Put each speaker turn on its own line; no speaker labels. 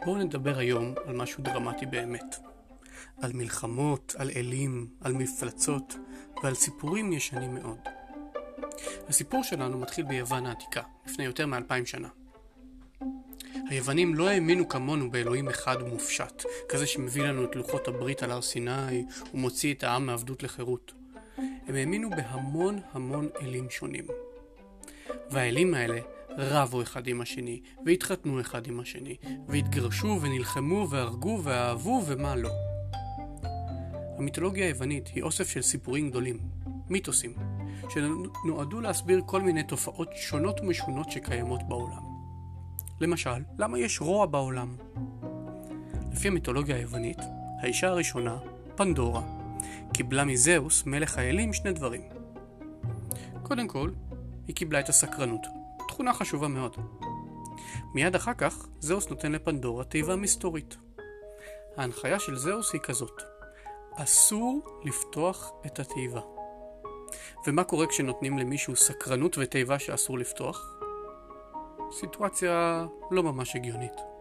בואו נדבר היום על משהו דרמטי באמת. על מלחמות, על אלים, על מפלצות ועל סיפורים ישנים מאוד. הסיפור שלנו מתחיל ביוון העתיקה, לפני יותר מ-2000 שנה. היוונים לא האמינו כמונו באלוהים אחד ומופשט, כזה שמביא לנו את לוחות הברית על הר סיני ומוציא את העם מעבדות לחירות. הם האמינו בהמון אלים שונים. והאלים האלה רבו אחד עם השני, והתחתנו אחד עם השני, והתגרשו ונלחמו והרגו ואהבו ומה לא. המיתולוגיה היוונית היא אוסף של סיפורים גדולים, מיתוסים, שנועדו להסביר כל מיני תופעות שונות ומשונות שקיימות בעולם. למשל, למה יש רוע בעולם? לפי המיתולוגיה היוונית, האישה הראשונה, פנדורה, קיבלה מזהוס, מלך האלים, שני דברים. קודם כל, היא קיבלה את הסקרנות, תכונה חשובה מאוד. מיד אחר כך, זהוס נותן לפנדורה תיבה מסתורית. ההנחיה של זהוס היא כזאת: אסור לפתוח את התיבה. ומה קורה כשנותנים למישהו סקרנות ותיבה שאסור לפתוח? סיטואציה לא ממש הגיונית.